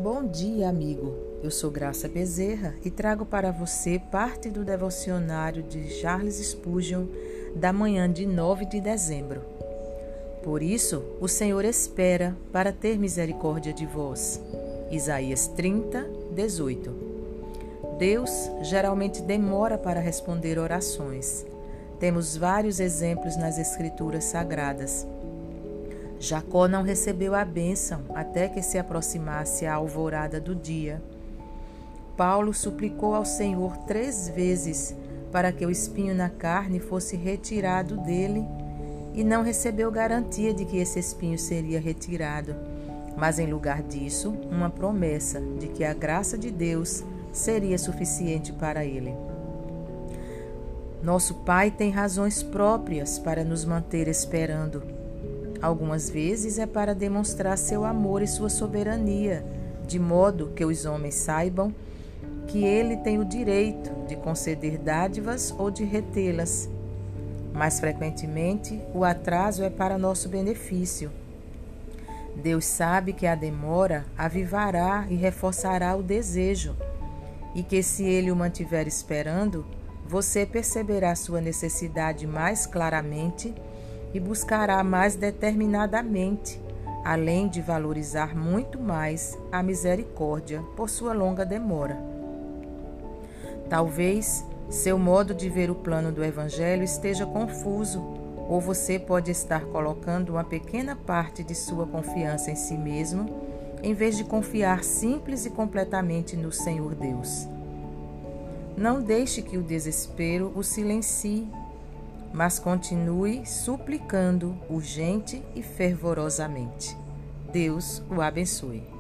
Bom dia, amigo. Eu sou Graça Bezerra e trago para você parte do devocionário de Charles Spurgeon da manhã de 9 de dezembro. Por isso, o Senhor espera para ter misericórdia de vós. Isaías 30, 18. Deus geralmente demora para responder orações. Temos vários exemplos nas Escrituras Sagradas. Jacó não recebeu a bênção até que se aproximasse a alvorada do dia. Paulo suplicou ao Senhor 3 vezes para que o espinho na carne fosse retirado dele e não recebeu garantia de que esse espinho seria retirado, mas em lugar disso, uma promessa de que a graça de Deus seria suficiente para ele. Nosso Pai tem razões próprias para nos manter esperando. Algumas vezes é para demonstrar seu amor e sua soberania, de modo que os homens saibam que ele tem o direito de conceder dádivas ou de retê-las. Mais frequentemente, o atraso é para nosso benefício. Deus sabe que a demora avivará e reforçará o desejo, e que se ele o mantiver esperando, você perceberá sua necessidade mais claramente e buscará mais determinadamente, além de valorizar muito mais a misericórdia por sua longa demora. Talvez seu modo de ver o plano do Evangelho esteja confuso, ou você pode estar colocando uma pequena parte de sua confiança em si mesmo, em vez de confiar simples e completamente no Senhor Deus. Não deixe que o desespero o silencie, mas continue suplicando urgente e fervorosamente. Deus o abençoe.